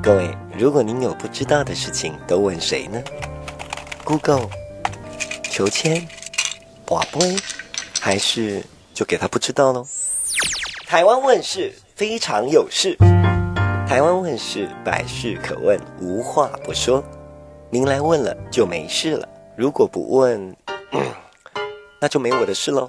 各位，如果您有不知道的事情，都问谁呢？ Google、求签、拔杯，还是就给他不知道咯？台湾问事非常有事，台湾问事百事可问，无话不说。您来问了就没事了，如果不问，那就没我的事咯。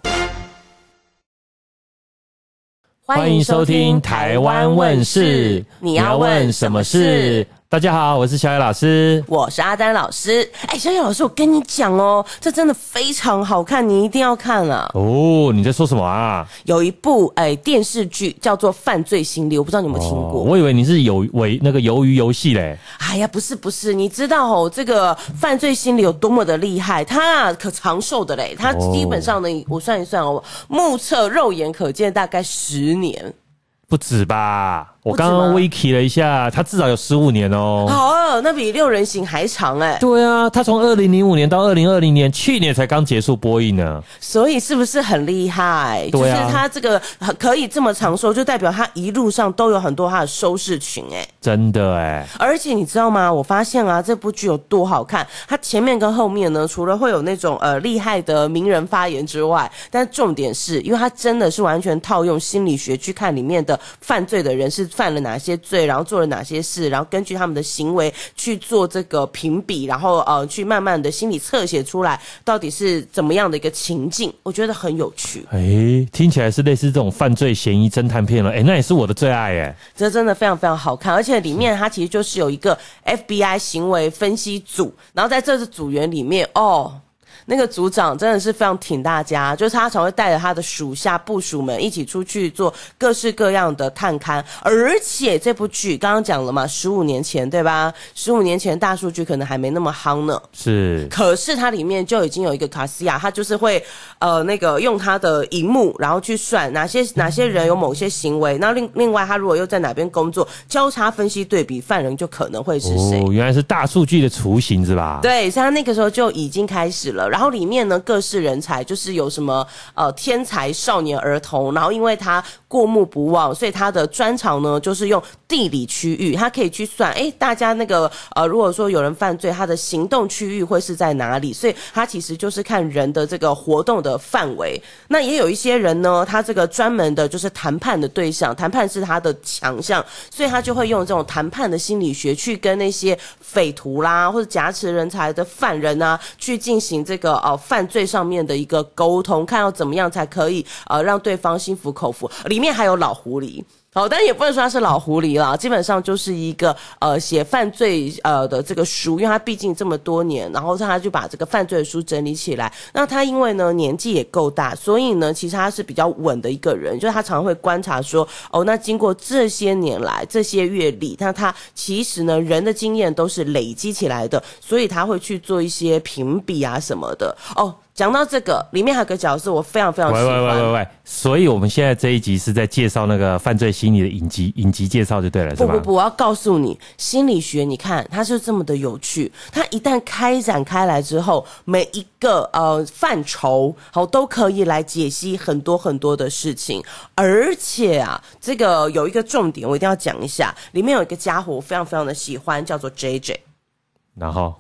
欢迎收听台湾问事，你要问什么事？大家好，我是小野老师， 我是阿丹老师。小野老师，我跟你讲哦，这真的非常好看，你一定要看啊！ 哦，你在说什么啊？ 有一部电视剧叫做《犯罪心理》，我不知道你有没有听过。 我以为你是那个鱿鱼游戏嘞。 哎呀，不是，你知道哦，这个《犯罪心理》有多么的厉害？它可长寿的嘞，它基本上呢，我算一算哦，目测肉眼可见大概10年。 不止吧？我刚刚 wiki 了一下，它至少有15年哦。 好，那比六人行还长哎。 对啊，它从2005年到2020年，去年才刚结束播映呢。 所以是不是很厉害？对啊，就是它这个可以这么长寿，就代表它一路上都有很多它的收视群哎。 真的哎。 而且你知道吗？我发现啊，这部剧有多好看。它前面跟后面呢，除了会有那种厉害的名人发言之外，但重点是因为它真的是完全套用心理学去看里面的犯罪的人是犯了哪些罪，然后做了哪些事，然后根据他们的行为去做这个评比，然后去慢慢的心理侧写出来到底是怎么样的一个情境，我觉得很有趣。 听起来是类似这种犯罪嫌疑侦探片了。那也是我的最爱耶。 这真的非常非常好看，而且里面它其实就是有一个 FBI 行为分析组，然后在这个组员里面那个组长真的是非常挺大家，就是他常会带着他的属下部属们一起出去做各式各样的探勘。而且这部剧刚刚讲了嘛，15年前对吧？15年前大数据可能还没那么夯呢， 是。 可是它里面就已经有一个卡西亚，他就是会用他的荧幕，然后去算哪些人有某些行为，那另外他如果又在哪边工作，交叉分析对比，犯人就可能会是谁。 原来是大数据的雏形是吧？ 对，所以他那个时候就已经开始了。然后里面呢，各式人才，就是有什么天才少年儿童，然后因为他过目不忘，所以他的专长呢就是用地理区域，他可以去算大家那个如果说有人犯罪，他的行动区域会是在哪里，所以他其实就是看人的这个活动的范围。那也有一些人呢，他这个专门的就是谈判的对象，谈判是他的强项，所以他就会用这种谈判的心理学去跟那些匪徒啦或者挟持人才的犯人啊去进行这个犯罪上面的一个沟通，看要怎么样才可以让对方心服口服。里面还有老狐狸。但也不能说他是老狐狸啦，基本上就是一个写犯罪的这个书，因为他毕竟这么多年，然后他就把这个犯罪的书整理起来。那他因为呢年纪也够大，所以呢其实他是比较稳的一个人，就是他常常会观察说那经过这些年来这些阅历，那他其实呢人的经验都是累积起来的，所以他会去做一些评比啊什么的。讲到这个，里面还有个角色我非常非常喜欢。 喂，所以我们现在这一集是在介绍那个犯罪心理的影集介绍就对了，是吧？ 不，我要告诉你，心理学你看它是这么的有趣，它一旦开展开来之后，每一个范畴都可以来解析很多很多的事情。而且啊，这个有一个重点我一定要讲一下，里面有一个家伙我非常非常的喜欢，叫做 JJ。 然后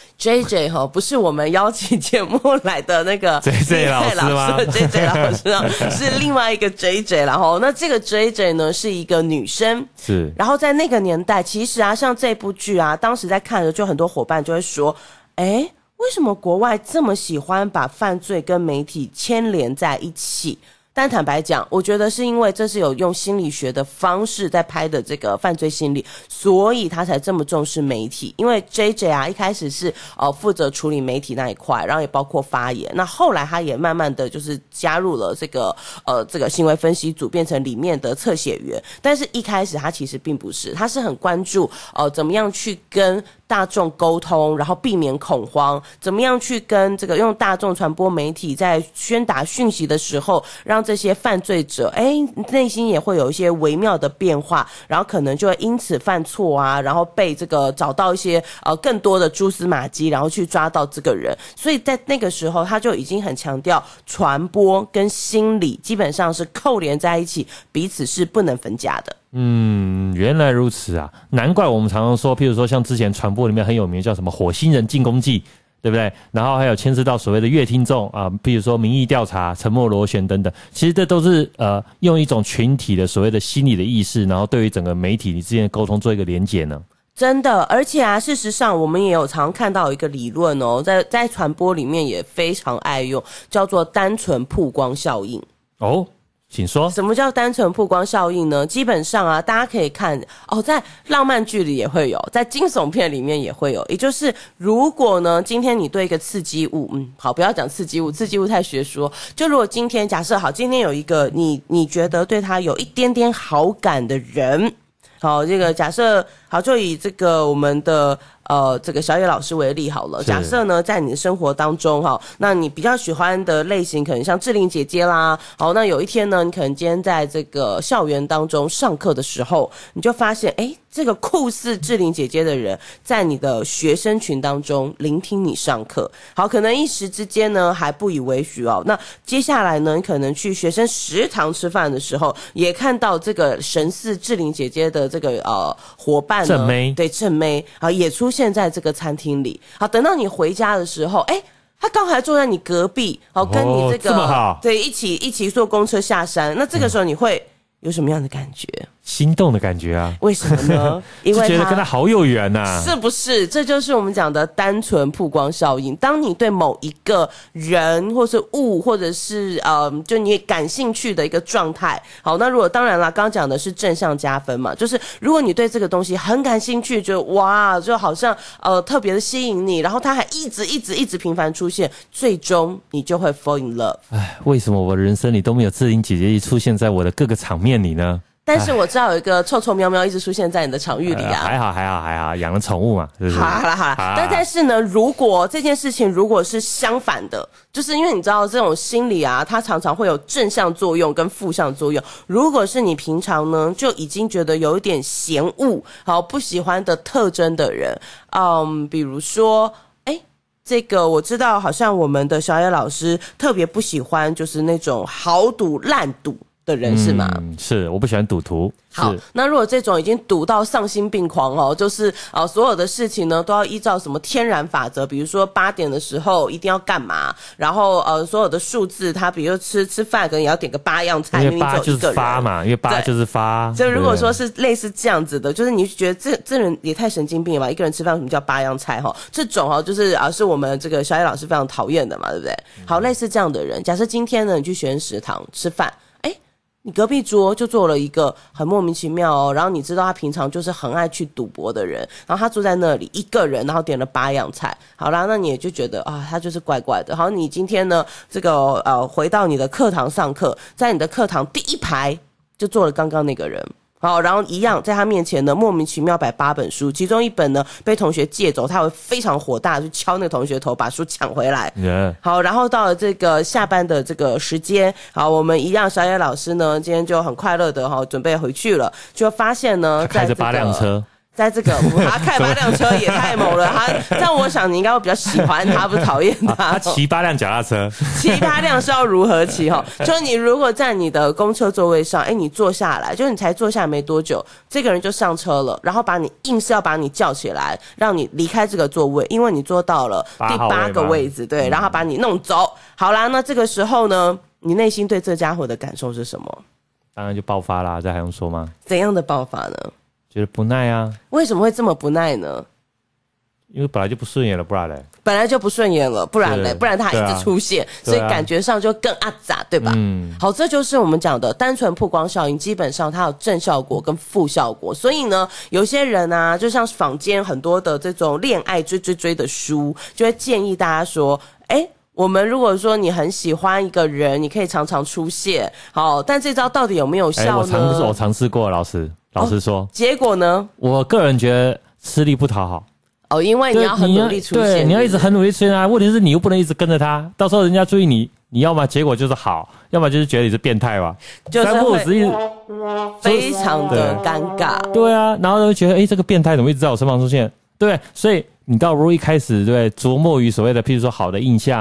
JJ 不是我们邀请节目来的那个 JJ 老师吗 ？JJ 老师是另外一个 JJ， 然后那这个 JJ 呢是一个女生， 是。 然后在那个年代，其实啊，像这部剧啊，当时在看的就很多伙伴就会说，为什么国外这么喜欢把犯罪跟媒体牵连在一起？但坦白讲，我觉得是因为这是有用心理学的方式在拍的这个犯罪心理，所以他才这么重视媒体。因为 JJ 啊，一开始是负责处理媒体那一块，然后也包括发言。那后来他也慢慢的就是加入了这个行为分析组，变成里面的侧写员。但是一开始他其实并不是，他是很关注怎么样去跟大众沟通，然后避免恐慌，怎么样去跟这个用大众传播媒体在宣达讯息的时候，让这些犯罪者内心也会有一些微妙的变化，然后可能就会因此犯错啊，然后被这个找到一些更多的蛛丝马迹，然后去抓到这个人。所以在那个时候他就已经很强调传播跟心理基本上是扣连在一起，彼此是不能分家的。 原来如此啊，难怪我们常常说，譬如说像之前传播里面很有名叫什么火星人进攻记，对不对？然后还有牵涉到所谓的乐听众啊，譬如说民意调查、沉默螺旋等等，其实这都是用一种群体的所谓的心理的意识，然后对于整个媒体之间的沟通做一个连结呢。 真的，而且啊，事实上我们也有常看到一个理论哦，在传播里面也非常爱用，叫做单纯曝光效应。 哦，请说。 什么叫单纯曝光效应呢？基本上啊，大家可以看哦，在浪漫剧里也会有，在惊悚片里面也会有。也就是如果呢，今天你对一个刺激物，好，不要讲刺激物，刺激物太学说。就如果今天假设好，今天有一个你觉得对他有一点点好感的人，好，这个假设好，就以这个我们的这个小野老师为例好了。假设呢，在你的生活当中哈，那你比较喜欢的类型可能像志玲姐姐啦。好，那有一天呢，你可能今天在这个校园当中上课的时候，你就发现，这个酷似志玲姐姐的人，在你的学生群当中聆听你上课。好，可能一时之间呢还不以为许哦。那接下来呢，你可能去学生食堂吃饭的时候，也看到这个神似志玲姐姐的这个伙伴呢， 正妹， 对，正妹啊，也出现在这个餐厅里。好，等到你回家的时候，他刚好坐在你隔壁，好，跟你这个这么好， 对，一起坐公车下山。那这个时候你会有什么样的感觉？ 心动的感觉啊。 为什么呢？因为就觉得跟他好有缘啊， 是不是？这就是我们讲的单纯曝光效应。当你对某一个人或是物，或者是就你感兴趣的一个状态，好，那如果当然啦，刚刚讲的是正向加分嘛，就是如果你对这个东西很感兴趣，就哇，就好像特别的吸引你，然后它还一直频繁出现，最终你就会 fall in love。 为什么我的人生里都没有志玲姐姐出现在我的各个场面里呢？ 但是我知道有一个臭臭喵喵一直出现在你的场域里啊。 还好，养了宠物嘛，是不是？ 好啦。但是呢，如果这件事情如果是相反的，就是因为你知道这种心理啊，它常常会有正向作用跟负向作用。如果是你平常呢就已经觉得有一点嫌恶、好不喜欢的特征的人，比如说，这个我知道，好像我们的小野老师特别不喜欢就是那种豪赌烂赌的人，是吗？ 是，我不喜欢赌徒。 好，那如果这种已经赌到丧心病狂哦，就是所有的事情呢都要依照什么天然法则，比如说8点的时候一定要干嘛，然后所有的数字，他比如吃饭可能也要点个8样菜， 因为8就是发嘛，因为8就是发。 就如果说是类似这样子的，就是你觉得这人也太神经病了吧？一个人吃饭什么叫8样菜哈？这种就是是我们这个小野老师非常讨厌的嘛，对不对？好，类似这样的人，假设今天呢你去学生食堂吃饭。你隔壁桌就坐了一个很莫名其妙哦，然后你知道他平常就是很爱去赌博的人，然后他坐在那里一个人，然后点了8样菜，好啦，那你也就觉得他就是怪怪的。好，你今天呢这个回到你的课堂上课，在你的课堂第一排就坐了刚刚那个人。好，然后一样在他面前呢莫名其妙摆8本书，其中一本呢被同学借走，他会非常火大去敲那个同学头，把书抢回来。好，然后到了这个下班的这个时间，好，我们一样小野老师呢今天就很快乐的准备回去了，就发现呢开着8辆车。 在这个他开8辆车也太猛了，但我想你应该会比较喜欢他，不是讨厌他。 他骑8辆脚踏车， 骑8辆是要如何骑就是你如果在你的公车座位上，你坐下来，就是你才坐下来没多久，这个人就上车了，然后硬是要把你叫起来，让你离开这个座位，因为你坐到了第8个位置，对，然后把你弄走。好啦，那这个时候呢，你内心对这家伙的感受是什么？ 当然就爆发啦，这还用说吗？ 怎样的爆发呢？ 觉得不耐啊。 为什么会这么不耐呢？ 因为本来就不顺眼了，不然嘞？ 本来就不顺眼了，不然嘞？不然他一直出现，所以感觉上就更阿杂，对吧？好，这就是我们讲的单纯曝光效应，基本上它有正效果跟负效果。所以呢，有些人啊，就像坊间很多的这种恋爱追的书，就会建议大家说，我们如果说你很喜欢一个人，你可以常常出现，好，但这招到底有没有效呢？ 我尝试过，老实说， 结果呢？ 我个人觉得吃力不讨好。 因为你要很努力出现， 对，你要一直很努力出现啊。问题是你又不能一直跟着他，到时候人家注意你，你要么结果就是好，要么就是觉得你是变态吧， 就是会非常的尴尬。 对啊，然后就觉得这个变态怎么一直在我身旁出现？对，所以你倒不如一开始对琢磨于所谓的譬如说好的印象，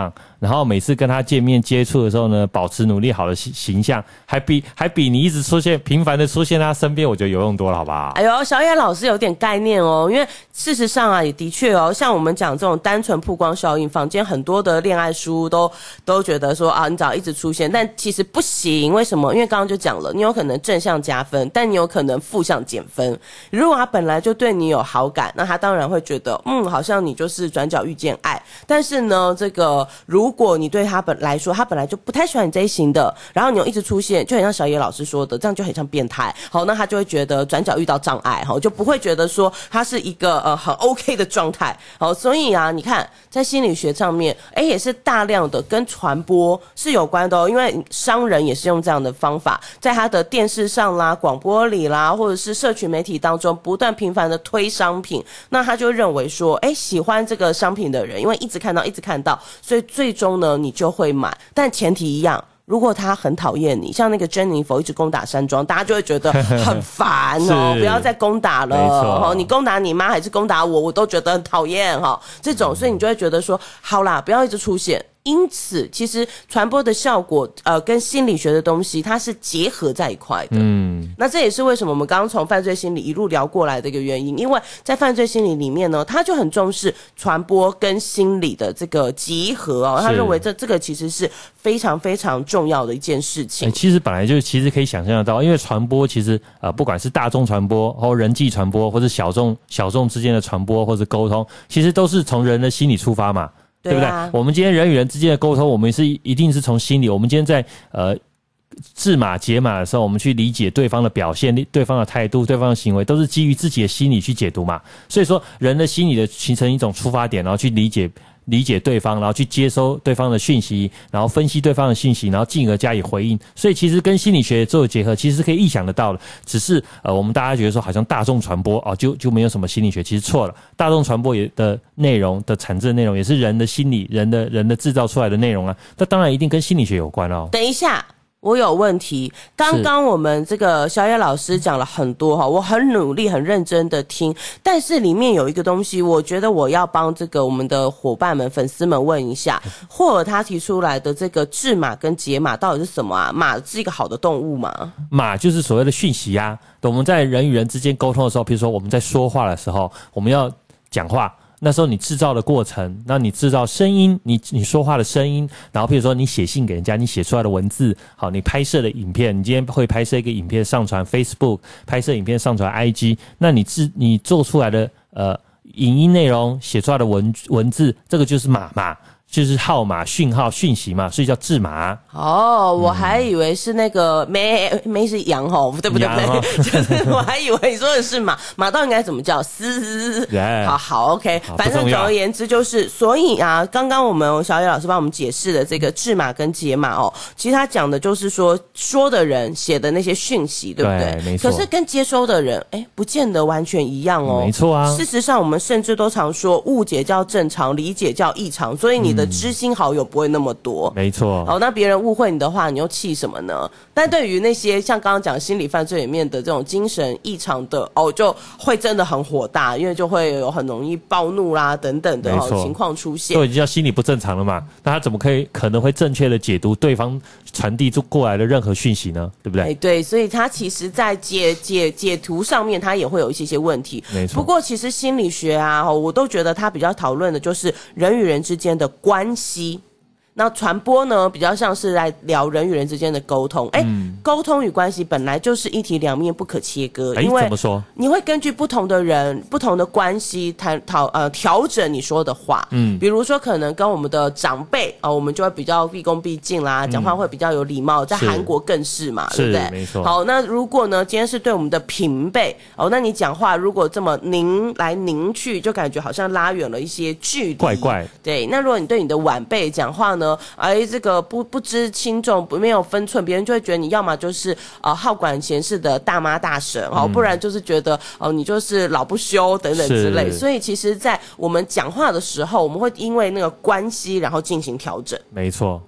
然后每次跟他见面接触的时候呢，保持努力好的形象，还比你一直频繁的出现在他身边，我觉得有用多了，好不好？ 哎呦，小野老师有点概念哦，因为事实上啊，也的确哦，像我们讲这种单纯曝光效应，坊间很多的恋爱书都觉得说啊，你只要一直出现，但其实不行，为什么？因为刚刚就讲了，你有可能正向加分，但你有可能负向减分。如果他本来就对你有好感，那他当然会觉得，好像你就是转角遇见爱。但是呢，这个如果你对他来说，他本来就不太喜欢你这一型的，然后你又一直出现，就很像小野老师说的，这样就很像变态。好，那他就会觉得转角遇到障碍，好，就不会觉得说他是一个很 OK 的状态。好，所以啊，你看在心理学上面，也是大量的跟传播是有关的哦，因为商人也是用这样的方法，在他的电视上啦、广播里啦，或者是社群媒体当中不断频繁的推商品，那他就认为说，喜欢这个商品的人，因为一直看到，所以最终呢你就会买，但前提一样。如果他很讨厌你，像那个珍妮佛一直攻打山庄，大家就会觉得很烦哦，不要再攻打了，你攻打你妈还是攻打我都觉得很讨厌哈。这种，所以你就会觉得说，好啦，不要一直出现。因此，其实传播的效果，跟心理学的东西，它是结合在一块的。那这也是为什么我们刚刚从犯罪心理一路聊过来的一个原因，因为在犯罪心理里面呢，他就很重视传播跟心理的这个结合哦，他认为这个其实是非常非常重要的一件事情。 其实本来就其实可以想象得到，因为传播其实不管是大众传播或人际传播，或者小众之间的传播或者沟通，其实都是从人的心理出发嘛。对不对？我们今天人与人之间的沟通，我们一定是从心理。我们今天在制码解码的时候，我们去理解对方的表现、对方的态度、对方的行为，都是基于自己的心理去解读嘛。所以说，人的心理的形成一种出发点，然后去理解对方，然后去接收对方的讯息，然后分析对方的讯息，然后进而加以回应。所以其实跟心理学做结合，其实是可以意想得到的。只是我们大家觉得说好像大众传播就没有什么心理学，其实错了。大众传播的内容的产生的内容也是人的心理、人的制造出来的内容啊。那当然一定跟心理学有关哦。 等一下。我有问题，刚刚我们这个小野老师讲了很多哈，我很努力很认真的听，但是里面有一个东西，我觉得我要帮这个我们的伙伴们粉丝们问一下，霍尔他提出来的这个制码跟解码到底是什么啊？马是一个好的动物吗？ 马就是所谓的讯息啊，我们在人与人之间沟通的时候，比如说我们在说话的时候，我们要讲话，那时候你制造的过程，那你制造声音，你说话的声音，然后譬如说你写信给人家，你写出来的文字，好，你拍摄的影片，你今天会拍摄一个影片上传 Facebook， 拍摄影片上传 IG， 那你做出来的影音内容，写出来的文字，这个就是码嘛。就是号码、讯号、讯息嘛，所以叫制码。 我还以为是那个没是羊吼，对不对？就是我还以为你说的是马，马到底应该怎么叫？嘶。好 ，OK。反正总而言之就是，所以啊，刚刚我们小野老师帮我们解释的这个制码跟解码哦，其实他讲的就是说的人写的那些讯息，对不对？ 对，没错。 可是跟接收的人，不见得完全一样哦。 没错啊。 事实上，我们甚至都常说，误解叫正常，理解叫异常，所以你的知心好友不会那么多， 没错。 好，那别人误会你的话，你又气什么呢？但对于那些像刚刚讲心理犯罪里面的这种精神异常的就会真的很火大，因为就会有很容易暴怒啦等等的情况出现。 都已经叫心理不正常了嘛，那他怎么可能会正确的解读对方传递过来的任何讯息呢？对不对？ 对，所以他其实在解读上面，他也会有一些问题。 没错。 不过其实心理学啊，我都觉得他比较讨论的就是人与人之间的关系。那传播呢，比较像是来聊人与人之间的沟通。沟通与关系本来就是一体两面，不可切割。因为怎么说？你会根据不同的人、不同的关系调整你说的话。比如说可能跟我们的长辈我们就会比较毕恭毕敬啦，讲话会比较有礼貌。在韩国更是嘛，对不对？ 没错。 好，那如果呢，今天是对我们的平辈那你讲话如果这么拧来拧去，就感觉好像拉远了一些距离， 怪怪。 对，那如果你对你的晚辈讲话呢？这个不知轻重，没有分寸，别人就会觉得你要么就是好管闲事的大妈大婶不然就是觉得你就是老不休等等之类。所以其实在我们讲话的时候，我们会因为那个关系然后进行调整。 没错。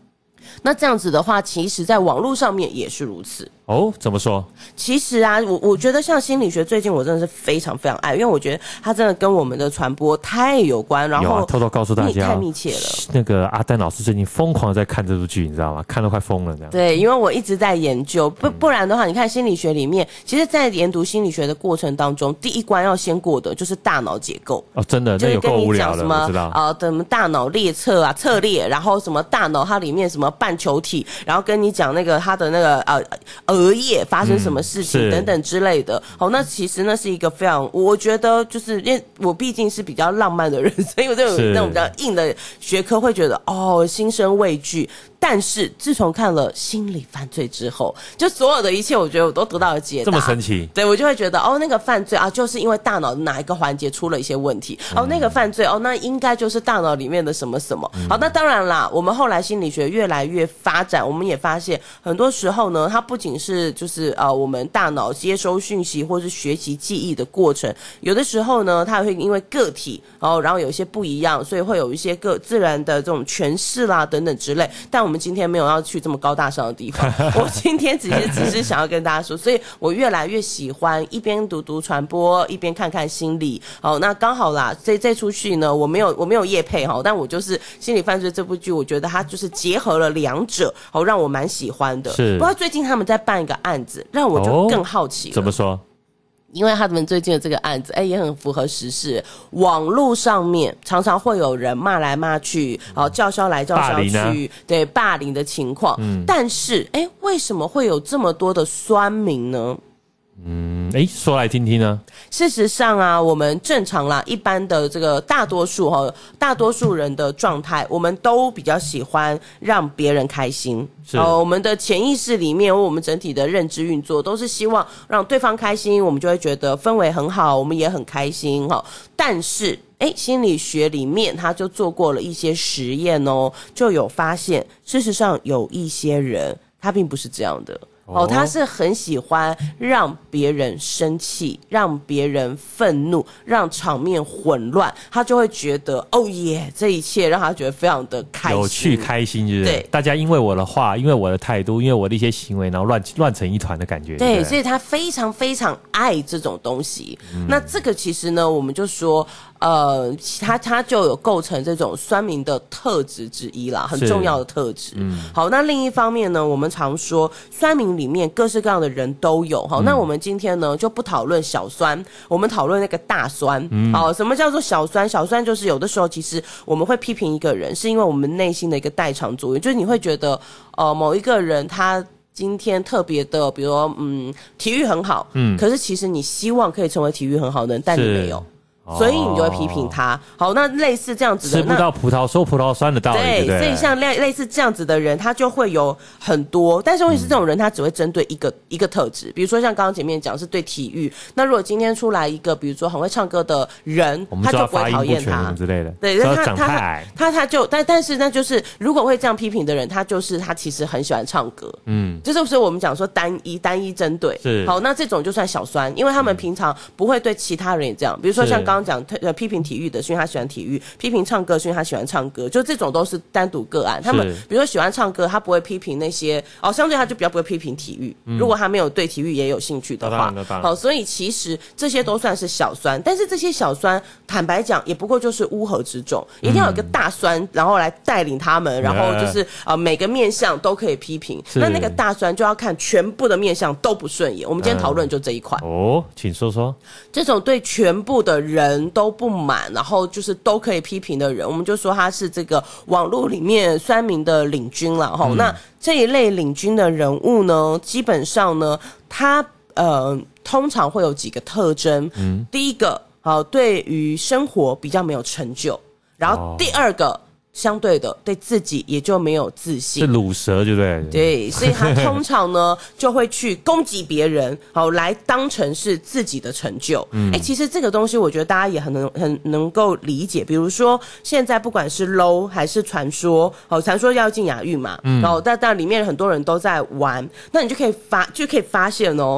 那这样子的话，其实在网络上面也是如此。 哦，怎么说？ 其实啊，我觉得像心理学，最近我真的是非常非常爱，因为我觉得它真的跟我们的传播太有关。然后偷偷告诉大家， 太密切了。 那个阿丹老师最近疯狂在看这部剧，你知道吗？看得快疯了这样。 对，因为我一直在研究，不然的话，你看心理学里面，其实，在研读心理学的过程当中，第一关要先过的就是大脑结构。 哦，真的，那有够无聊的，我知道。 什么大脑列册啊、侧列，然后什么大脑它里面什么半球体，然后跟你讲那个它的那个额叶发生什么事情等等之类的。好，那其实那是一个非常，我觉得就是因为我毕竟是比较浪漫的人，所以我这种那种比较硬的学科会觉得心生畏惧。但是自从看了心理犯罪之后，就所有的一切，我觉得我都得到了解答。 这么神奇？ 对，我就会觉得那个犯罪啊，就是因为大脑哪一个环节出了一些问题。那个犯罪那应该就是大脑里面的什么什么。好，那当然啦，我们后来心理学越来越发展，我们也发现很多时候呢，它不仅是就是我们大脑接收讯息或是学习记忆的过程，有的时候呢，它会因为个体然后有一些不一样，所以会有一些自然的这种诠释啦等等之类。但我们今天没有要去这么高大上的地方，我今天只是想要跟大家说，所以我越来越喜欢一边读传播，一边看看心理。好，那刚好啦，这出戏呢，我没有业配但我就是心理犯罪这部剧，我觉得它就是结合了两者，让我蛮喜欢的。 是， 不过最近他们在办一个案子，让我就更好奇了。 怎么说？ 因为他们最近的这个案子，也很符合时事。网络上面常常会有人骂来骂去，叫嚣来叫嚣去，对霸凌的情况。但是，为什么会有这么多的酸民呢？ 说来听听呢。 事实上啊，我们正常啦，一般的这个大多数人的状态，我们都比较喜欢让别人开心。我们的潜意识里面，我们整体的认知运作都是希望让对方开心，我们就会觉得氛围很好，我们也很开心。但是心理学里面他就做过了一些实验就有发现，事实上有一些人他并不是这样的。他是很喜欢让别人生气，让别人愤怒，让场面混乱，他就会觉得这一切让他觉得非常的开心、 有趣、开心，就是对大家因为我的话，因为我的态度，因为我的一些行为，然后乱成一团的感觉。 对，所以他非常非常爱这种东西。那这个其实呢，我们就说。它就有构成这种酸民的特质之一啦，很重要的特质。好，那另一方面呢，我们常说酸民里面各式各样的人都有。好，那我们今天呢就不讨论小酸，我们讨论那个大酸。好，什么叫做小酸？小酸就是有的时候其实我们会批评一个人，是因为我们内心的一个代偿作用，就是你会觉得某一个人他今天特别的，比如说体育很好，可是其实你希望可以成为体育很好的人，但你没有。所以你就会批评他。好，那类似这样子的， 吃不到葡萄说葡萄酸的道理，对不对？ 所以像类似这样子的人，他就会有很多。但是问题是，这种人他只会针对一个特质，比如说像刚刚前面讲是对体育。那如果今天出来一个，比如说很会唱歌的人，他就不会讨厌他之类的。 对，他就但是那就是如果会这样批评的人，他其实很喜欢唱歌。就是我们讲说单一针对。好，那这种就算小酸，因为他们平常不会对其他人也这样。比如说像刚刚讲批评体育的是因为他喜欢体育，批评唱歌是因为他喜欢唱歌，就这种都是单独个案。他们比如说喜欢唱歌，他不会批评那些相对他就比较不会批评体育。如果他没有对体育也有兴趣的话，好，所以其实这些都算是小酸。但是这些小酸，坦白讲，也不过就是乌合之众，一定要有一个大酸，然后来带领他们，然后就是每个面向都可以批评。那个大酸就要看全部的面向都不顺眼。我们今天讨论就这一块。 请说说。 这种对全部的人都不满，然后就是都可以批评的人，我们就说他是这个网络里面酸民的领军了哈。那这一类领军的人物呢，基本上呢，他通常会有几个特征。第一个，对于生活比较没有成就，然后第二个。相对的，对自己也就没有自信， 是鲁蛇，对不对？ 对，所以他通常呢就会去攻击别人，来当成是自己的成就。其实这个东西我觉得大家也很能够理解。比如说现在不管是 LOL 还是传说，传说要进亚运嘛，然后但里面很多人都在玩，那你就可以发现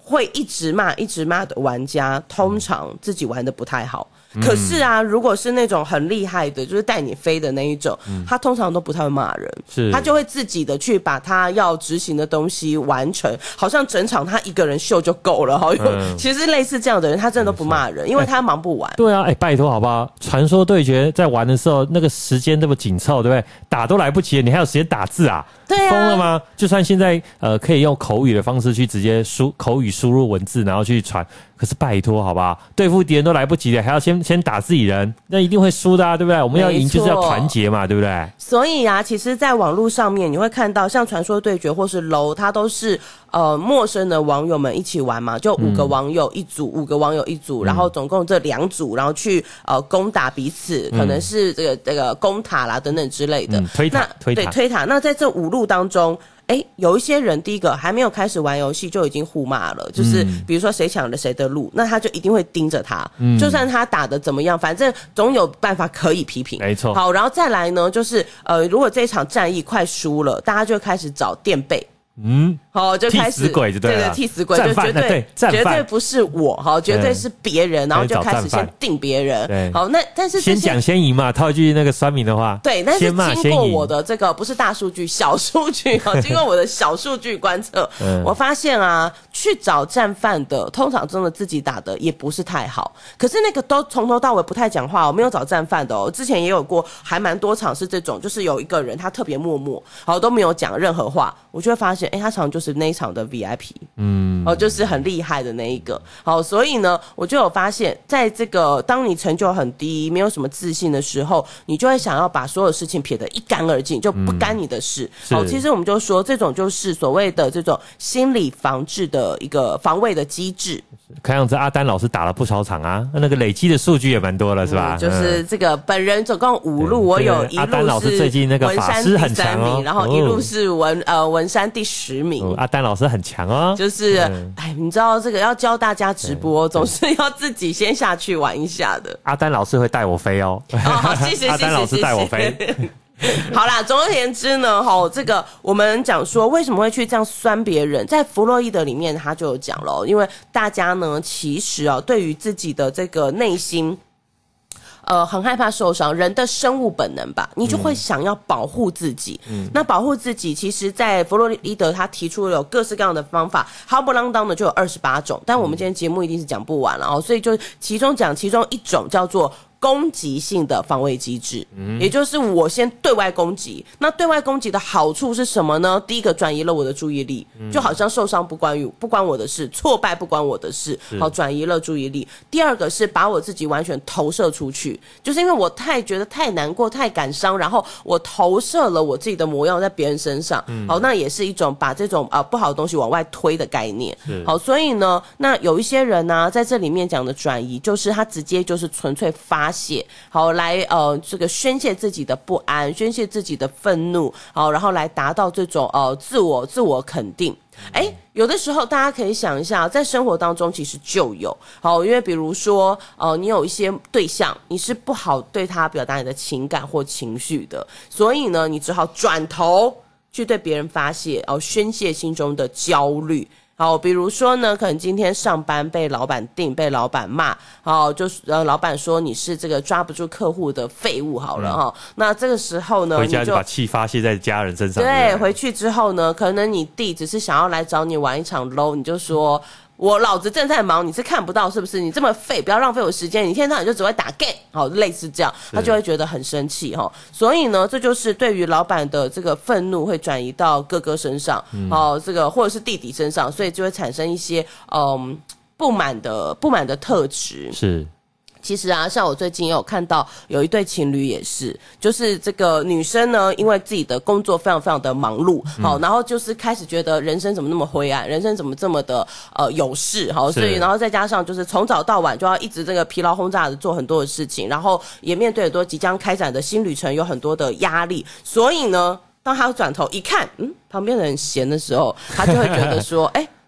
会一直骂的玩家，通常自己玩的不太好。可是啊，如果是那种很厉害的，就是带你飞的那一种，他通常都不太会骂人，他就会自己的去把他要执行的东西完成，好像整场他一个人秀就够了。其实类似这样的人，他真的都不骂人，因为他忙不完。 对啊，拜托好不好？传说对决在玩的时候，那个时间这么紧凑，对不对？打都来不及了，你还有时间打字啊？ 对啊， 疯了吗？就算现在可以用口语的方式去直接口语输入文字，然后去传。可是拜托，好不好？对付敌人都来不及了，还要先打自己人，那一定会输的啊，对不对？我们要赢就是要团结嘛，对不对？ 所以啊，其实，在网络上面你会看到，像传说对决或是 LOL， 它都是陌生的网友们一起玩嘛，就5个网友一组，5个网友一组，然后总共这2组，然后去攻打彼此，可能是这个攻塔啦等等之类的。 推塔。 那在这5路当中。有一些人第一个还没有开始玩游戏就已经互骂了，就是比如说谁抢了谁的路，那他就一定会盯着他，就算他打得怎么样，反正总有办法可以批评。 没错。 好，然后再来呢，就是如果这一场战役快输了，大家就开始找垫背。就开始替死鬼就对了， 替死鬼就绝对不是我，绝对是别人，然后就开始先定别人。好，那但是先讲先赢嘛，套一句那个酸民的话。 对，但是经过我的这个不是大数据，小数据经过我的小数据观测，我发现啊，去找战犯的，通常真的自己打的也不是太好。可是那个都从头到尾不太讲话，我没有找战犯的哦。之前也有过，还蛮多场是这种，就是有一个人他特别默默，都没有讲任何话，我就会发现。他常就是那一场的 VIP， 就是很厉害的那一个。好，所以呢，我就有发现，在这个当你成就很低、没有什么自信的时候，你就会想要把所有事情撇得一干二净，就不干你的事。好，其实我们就说，这种就是所谓的这种心理防治的一个防卫的机制。 看样子阿丹老师打了不少场啊，那个累积的数据也蛮多了，是吧？ 就是这个本人总共5路，我有一路是阿丹老师最近那个法师很强哦， 然后一路是文山第10名。 阿丹老师很强哦， 就是你知道这个要教大家直播，总是要自己先下去玩一下的。 阿丹老师会带我飞哦。 好，谢谢。 阿丹老师带我飞。 好啦，总而言之呢，这个我们讲说为什么会去这样酸别人，在弗洛伊德里面他就有讲了，因为大家呢其实对于自己的这个内心。很害怕受伤，人的生物本能吧，你就会想要保护自己。那保护自己，其实在弗洛伊德他提出了有各式各样的方法，夯不啷当的就有28种，但我们今天节目一定是讲不完了所以就其中一种叫做攻击性的防卫机制，也就是我先对外攻击。那对外攻击的好处是什么呢？第一个，转移了我的注意力，就好像受伤不关我的事，挫败不关我的事，好，转移了注意力。第二个是把我自己完全投射出去，就是因为我觉得太难过、太感伤，然后我投射了我自己的模样在别人身上，好，那也是一种把这种不好的东西往外推的概念。好，所以呢，那有一些人呢，在这里面讲的转移，就是他直接就是纯粹发泄，好，来这个宣泄自己的不安，宣泄自己的愤怒，好，然后来达到这种自我肯定。有的时候大家可以想一下，在生活当中其实就有好，因为比如说你有一些对象，你是不好对他表达你的情感或情绪的，所以呢，你只好转头去对别人发泄，宣泄心中的焦虑。好，比如说呢，可能今天上班被老板定，被老板骂，好，就是老板说你是这个抓不住客户的废物，好了那这个时候呢， 回家就把气发泄在家人身上。 对，回去之后呢，可能你弟只是想要来找你玩一场 LOL， 你就说。我老子正在忙，你是看不到是不是？你这么废，不要浪费我时间。你一天到晚就只会打 game， 好，类似这样，他就会觉得很生气哈。所以呢，这就是对于老板的这个愤怒会转移到哥哥身上，这个或者是弟弟身上，所以就会产生一些不满的特质。 是。 其实啊，像我最近也有看到有一对情侣也是，就是这个女生呢，因为自己的工作非常非常的忙碌，好，然后就是开始觉得人生怎么那么灰暗，人生怎么这么的有事，好，所以然后再加上就是从早到晚就要一直这个疲劳轰炸的做很多的事情，然后也面对很多即将开展的新旅程，有很多的压力，所以呢，当他转头一看，旁边的人闲的时候，他就会觉得说，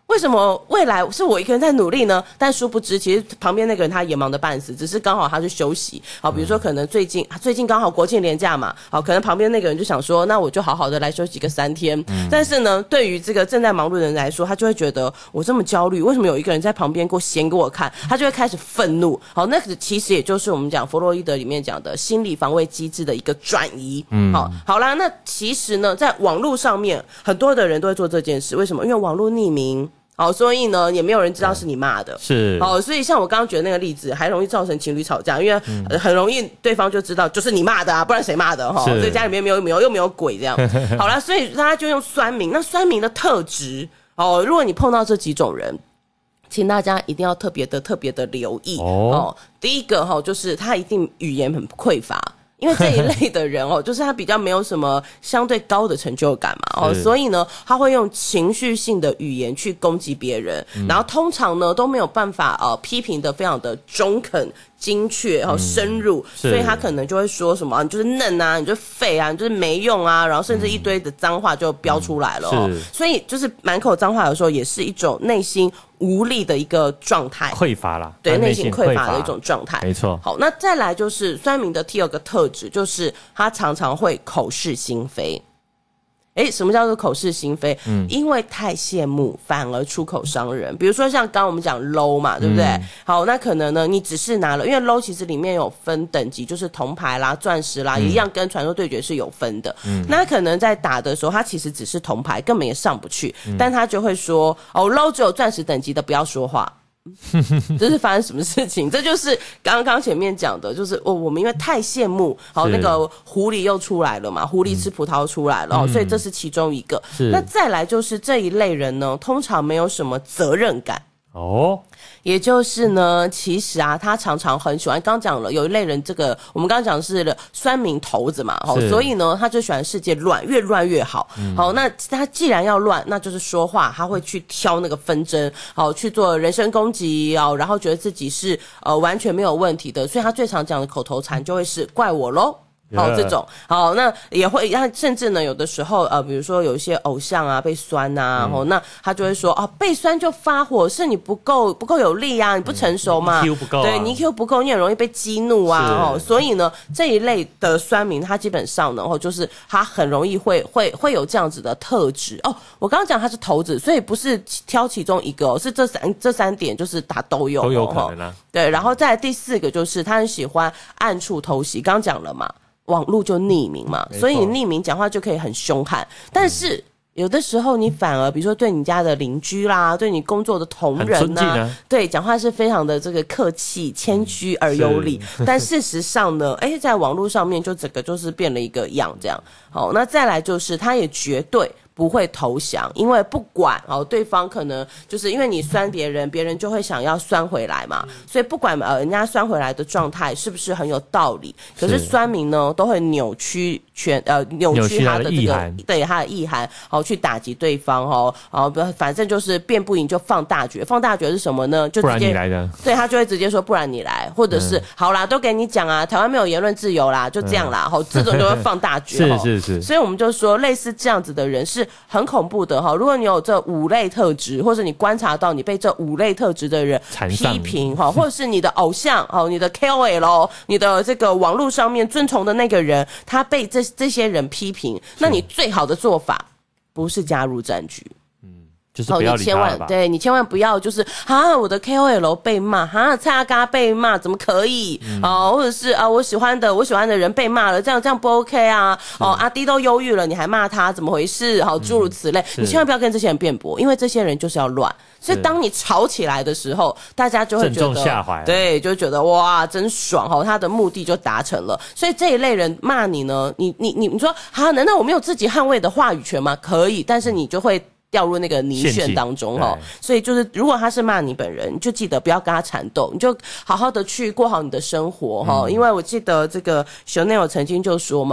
为什么未来是我一个人在努力呢？但殊不知，其实旁边那个人他也忙得半死，只是刚好他去休息。好，比如说可能最近刚好国庆连假嘛，好，可能旁边那个人就想说，那我就好好的来休息个3天。但是呢，对于这个正在忙碌的人来说，他就会觉得我这么焦虑，为什么有一个人在旁边闲给我看？他就会开始愤怒。好，那个其实也就是我们讲弗洛伊德里面讲的心理防卫机制的一个转移。好啦，那其实呢，在网络上面，很多的人都会做这件事，为什么？因为网络匿名。好，所以呢，也没有人知道是你骂的。 是。 好，所以像我刚刚举的那个例子，还容易造成情侣吵架，因为很容易对方就知道就是你骂的啊，不然谁骂的哈？所以家里面又没有鬼这样。好啦，所以大家就用酸民。那酸民的特质，如果你碰到这几种人，请大家一定要特别的留意第一个就是他一定语言很匮乏。因为这一类的人就是他比较没有什么相对高的成就感嘛所以呢，他会用情绪性的语言去攻击别人，然后通常呢都没有办法批评的非常的中肯、精确然后深入，所以他可能就会说什么你就是嫩啊，你就是废啊，你就是没用啊，然后甚至一堆的脏话就飙出来了所以就是满口脏话有时候也是一种内心无力的一个状态， 匮乏啦， 对，内心匮乏的一种状态， 没错。 好，那再来就是酸民的第二个特质，就是他常常会口是心非。什么叫做口是心非？因为太羡慕反而出口伤人。比如说像刚刚我们讲 low 嘛，对不对？好，那可能呢你只是拿了，因为 low 其实里面有分等级，就是铜牌啦、钻石啦，也一样跟传说对决是有分的。那可能在打的时候他其实只是铜牌，根本也上不去，但他就会说low 只有钻石等级的不要说话。这是发生什么事情？这就是刚刚前面讲的，就是我们因为太羡慕，那个狐狸又出来了嘛，狐狸吃葡萄出来了所以这是其中一个。那再来就是这一类人呢，通常没有什么责任感。也就是呢，其实啊，他常常很喜欢，刚讲了有一类人，这个我们刚刚讲的是酸民头子嘛，所以呢，他就喜欢世界乱，越乱越好。好，那他既然要乱，那就是说话，他会去挑那个纷争，去做人身攻击然后觉得自己是完全没有问题的，所以他最常讲的口头禅就会是怪我咯。这种那也会，甚至呢，有的时候比如说有一些偶像啊被酸啊，那他就会说被酸就发火，是你不够有力啊，你不成熟嘛， 你 EQ 不够对，你 EQ 不够，你很容易被激怒啊所以呢，这一类的酸民，他基本上呢，就是他很容易会有这样子的特质我刚刚讲他是头子，所以不是挑其中一个是这三点，就是他都有可能对，然后再来第四个就是他很喜欢暗处偷袭，刚讲了嘛。网络就匿名嘛，所以你匿名讲话就可以很凶悍，但是有的时候你反而比如说对你家的邻居啦，对你工作的同仁对讲话是非常的这个客气谦虚而有礼但事实上呢在网络上面就整个就是变了一个样这样。好，那再来就是他也绝对不会投降，因为不管对方可能就是因为你酸别人，别人就会想要酸回来嘛，所以不管人家酸回来的状态是不是很有道理，可是酸民呢都会扭曲他的这个对他的意涵去打击对方反正就是辩不赢就放大决是什么呢？就直接不然你来的，对，他就会直接说不然你来，或者是好啦都给你讲啊，台湾没有言论自由啦，就这样啦这种就会放大决是， 所以我们就说类似这样子的人是很恐怖的如果你有这5类特质，或者你观察到你被这5类特质的人批评或者是你的偶像你的 KOL 你的这个网络上面尊崇的那个人，他被这些人批评，那你最好的做法不是加入战局， 就是不要理他了吧， 对，你千万不要就是我的 KOL 被骂蔡阿嘎被骂怎么可以或者是我喜欢的人被骂了，这样不 OK 啊阿弟都忧郁了你还骂他怎么回事诸如此类，你千万不要跟这些人辩驳，因为这些人就是要乱，所以当你吵起来的时候，大家就会觉得下怀， 对，就觉得哇真爽他的目的就达成了。所以这一类人骂你呢，你说难道我没有自己捍卫的话语权吗？可以，但是你就会掉入那个泥漩当中所以就是如果他是骂你本人，你就记得不要跟他缠斗，你就好好的去过好你的生活因为我记得这个 Chanel 曾经就说嘛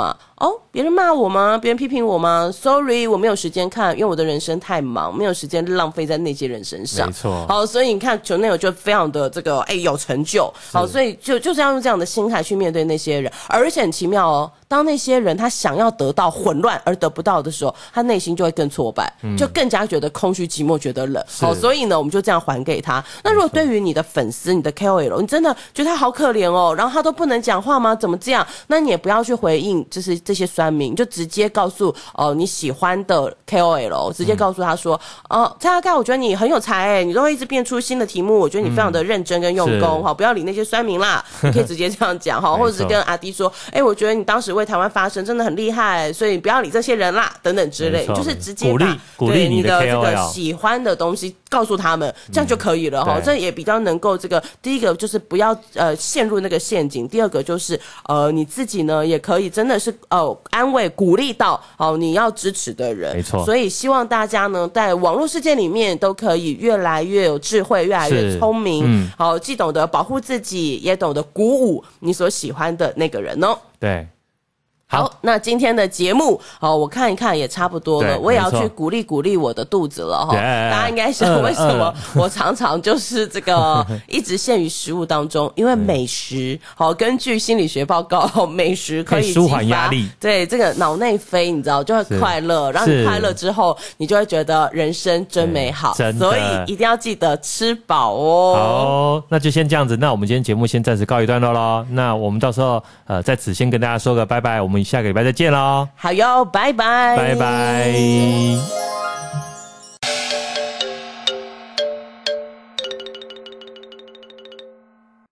哦，别人骂我吗？别人批评我吗 ？Sorry， 我没有时间看，因为我的人生太忙，没有时间浪费在那些人身上。 没错。 好，所以你看 Chanel 就非常的这个有成就。好，所以就是要用这样的心态去面对那些人，而且很奇妙哦。当那些人他想要得到混乱而得不到的时候，他内心就会更挫败，就更加觉得空虚寂寞，觉得冷。好，所以呢，我们就这样还给他。那如果对于你的粉丝、你的 KOL， 你真的觉得他好可怜哦，然后他都不能讲话吗？怎么这样？那你也不要去回应，就是这些酸民，就直接告诉你喜欢的 KOL， 直接告诉他说，蔡阿盖，我觉得你很有才你都会一直变出新的题目，我觉得你非常的认真跟用功，好，不要理那些酸民啦，你可以直接这样讲哈，或者是跟阿迪说，我觉得你当时为台湾发声真的很厉害，所以不要理这些人啦，等等之类，就是直接把鼓励你的这个喜欢的东西告诉他们，这样就可以了哈。这也比较能够这个第一个就是不要陷入那个陷阱，第二个就是你自己呢也可以真的是安慰鼓励到你要支持的人， 没错。 所以希望大家呢在网络世界里面都可以越来越有智慧，越来越聪明，好，既懂得保护自己，也懂得鼓舞你所喜欢的那个人哦。 对。 好，那今天的节目，我看一看也差不多了，我也要去鼓励鼓励我的肚子了哈。大家应该想为什么我常常就是这个一直陷于食物当中？因为美食，根据心理学报告，美食可以舒缓压力， 对这个脑内啡，你知道就会快乐，然后你快乐之后，你就会觉得人生真美好，所以一定要记得吃饱哦。 好，那就先这样子，那我们今天节目先暂时告一段落咯。那我们到时候在此先跟大家说个拜拜，我们下个礼拜再见咯。 好哟，拜拜， 拜拜。